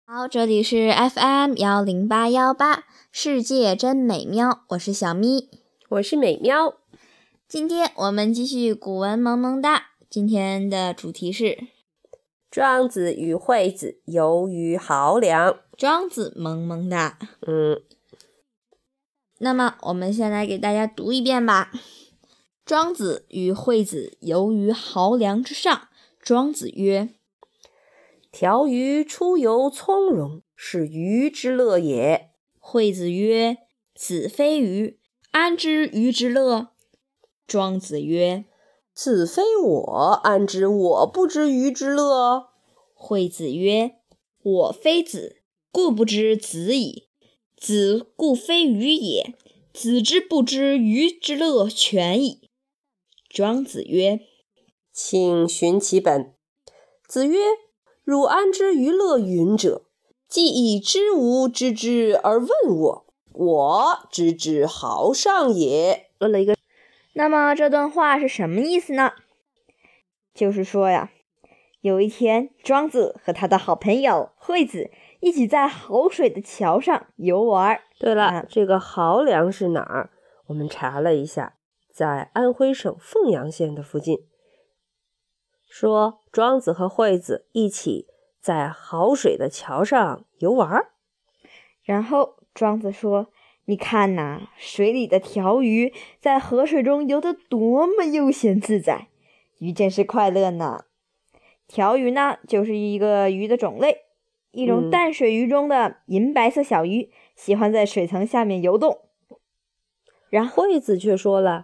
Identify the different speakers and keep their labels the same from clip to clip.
Speaker 1: 好，这里是 FM10818，世界真美妙，我是小咪，
Speaker 2: 我是美喵。
Speaker 1: 今天我们继续古文萌萌哒，今天的主题是
Speaker 2: 庄子与惠子游于濠梁。
Speaker 1: 庄子萌萌哒。那么我们先来给大家读一遍吧。庄子与惠子游于濠梁之上。庄子曰：
Speaker 2: 条鱼出游从容，是鱼之乐也。
Speaker 1: 惠子曰：子非鱼，安知鱼之乐？庄子曰：
Speaker 2: 子非我，安知我不知鱼之乐？
Speaker 1: 惠子曰：我非子，故不知子矣。子故非鱼也，子之不知鱼之乐全矣。庄子曰：
Speaker 2: 请寻其本。子曰：汝安知鱼乐云者？既以知无知之而问我，我知之濠上也。
Speaker 1: 那么这段话是什么意思呢？就是说呀，有一天庄子和他的好朋友惠子一起在濠水的桥上游玩。
Speaker 2: 对了，这个濠梁是哪儿？我们查了一下，在安徽省凤阳县的附近。说庄子和惠子一起在濠水的桥上游玩。
Speaker 1: 然后庄子说，你看呐，水里的条鱼在河水中游得多么悠闲自在，鱼真是快乐呢。条鱼呢，就是一个鱼的种类，一种淡水鱼中的银白色小鱼，喜欢在水层下面游动。
Speaker 2: 然后惠子却说了，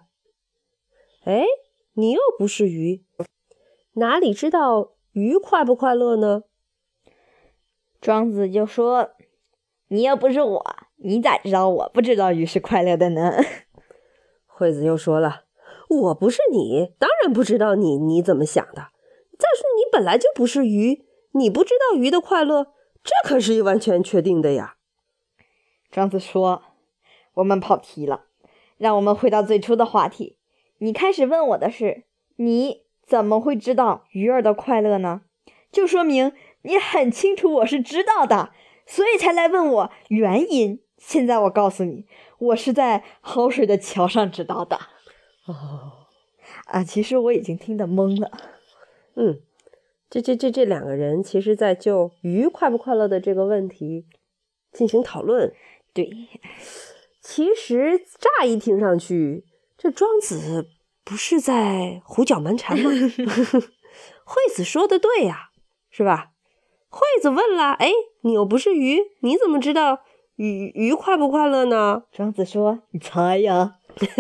Speaker 2: 你又不是鱼，哪里知道鱼快不快乐呢？
Speaker 1: 庄子就说，你又不是我，你咋知道我不知道鱼是快乐的呢？
Speaker 2: 惠子又说了，我不是你，当然不知道你怎么想的。再说你本来就不是鱼，你不知道鱼的快乐，这可是完全确定的呀。
Speaker 1: 庄子说，我们跑题了，让我们回到最初的话题。你开始问我的是，你怎么会知道鱼儿的快乐呢？就说明你很清楚我是知道的，所以才来问我原因。现在我告诉你，我是在濠水的桥上知道的。其实我已经听得懵了。
Speaker 2: 这两个人其实在就鱼快不快乐的这个问题进行讨论。
Speaker 1: 对，
Speaker 2: 其实乍一听上去，这庄子不是在胡搅蛮缠吗？惠子说的对呀，是吧？惠子问了，你又不是鱼，你怎么知道鱼快不快乐呢？
Speaker 1: 庄子说，你猜呀。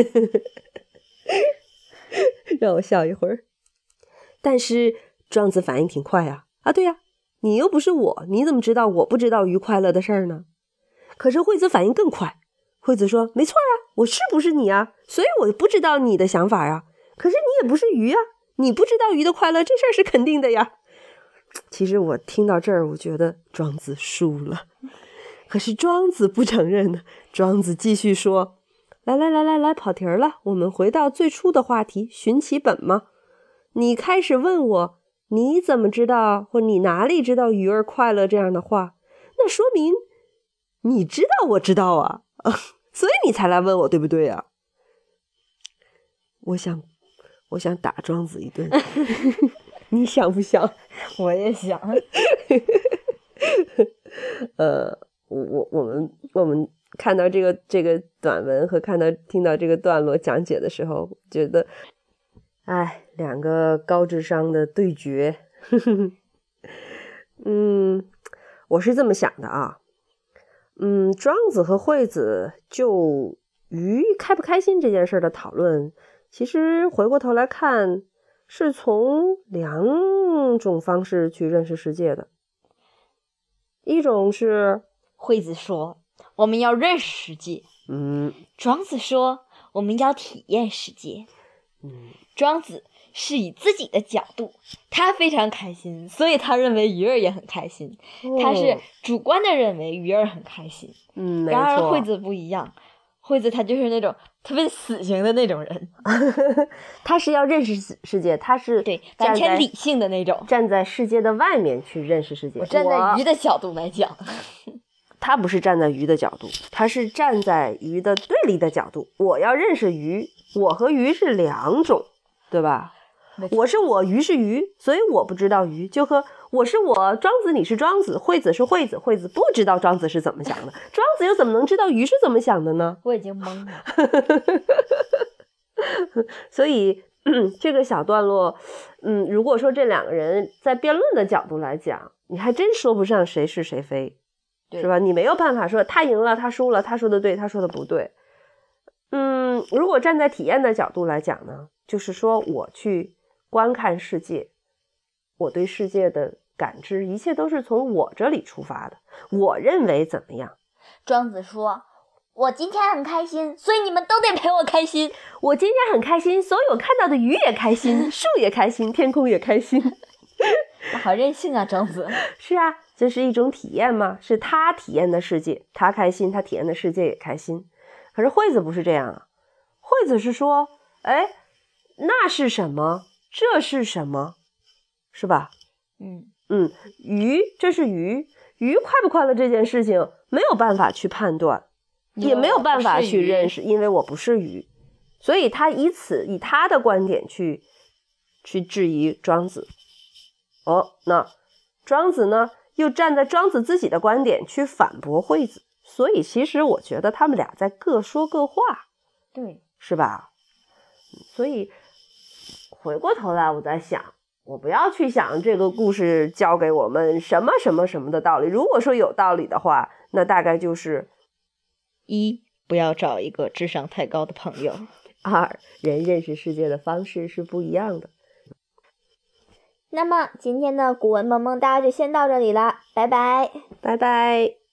Speaker 2: 让我笑一会儿。但是庄子反应挺快呀，对呀，你又不是我，你怎么知道我不知道鱼快乐的事儿呢？可是惠子反应更快，惠子说，没错啊，我是不是你啊？所以我不知道你的想法啊。可是你也不是鱼啊，你不知道鱼的快乐，这事儿是肯定的呀。其实我听到这儿，我觉得庄子输了。可是庄子不承认呢，庄子继续说，来，跑题儿了，我们回到最初的话题，寻其本嘛。你开始问我，你怎么知道，或你哪里知道鱼儿快乐这样的话，那说明你知道我知道啊，所以你才来问我，对不对啊？我想打庄子一顿。你想不想？
Speaker 1: 我也想。
Speaker 2: 我们看到这个短文和听到这个段落讲解的时候，觉得两个高智商的对决。我是这么想的啊。庄子和惠子就鱼开不开心这件事的讨论，其实回过头来看，是从两种方式去认识世界的。一种是
Speaker 1: 惠子说，我们要认识世界。庄子说，我们要体验世界。庄子是以自己的角度，他非常开心，所以他认为鱼儿也很开心。他是主观的认为鱼儿很开心。然而惠子不一样， 惠子他就是那种特别死性的那种人，
Speaker 2: 他是要认识世界，他是
Speaker 1: 对，完全理性的那种，
Speaker 2: 站在世界的外面去认识世界。
Speaker 1: 我站在鱼的角度来讲，
Speaker 2: 他不是站在鱼的角度，他是站在鱼的对立的角度。我要认识鱼，我和鱼是两种，对吧？我是我，鱼是鱼，所以我不知道鱼，就和我是我，庄子你是庄子，惠子是惠子，惠子不知道庄子是怎么想的，庄子又怎么能知道鱼是怎么想的呢？
Speaker 1: 我已经懵了。
Speaker 2: 所以这个小段落，如果说这两个人在辩论的角度来讲，你还真说不上谁是谁非，是吧？你没有办法说他赢了，他输了，他说的对，他说的不对。如果站在体验的角度来讲呢，就是说我去观看世界，我对世界的感知，一切都是从我这里出发的，我认为怎么样？
Speaker 1: 庄子说，我今天很开心，所以你们都得陪我开心。
Speaker 2: 我今天很开心，所有看到的鱼也开心，树也开心，天空也开心。
Speaker 1: 好任性啊，庄子。
Speaker 2: 是啊，这是一种体验嘛，是他体验的世界，他开心，他体验的世界也开心。可是惠子不是这样啊，惠子是说，那是什么？这是什么？是吧？鱼，这是鱼，鱼快不快乐这件事情没有办法去判断，也没有办法去认识，因为我不是鱼，所以他以他的观点去质疑庄子。那庄子呢，又站在庄子自己的观点去反驳惠子，所以其实我觉得他们俩在各说各话，
Speaker 1: 对，
Speaker 2: 是吧？所以回过头来我在想，我不要去想这个故事教给我们什么什么什么的道理，如果说有道理的话，那大概就是
Speaker 1: 一，不要找一个智商太高的朋友；
Speaker 2: 二，人认识世界的方式是不一样的。
Speaker 1: 那么今天的古文萌萌哒就先到这里了，拜拜，
Speaker 2: 拜拜。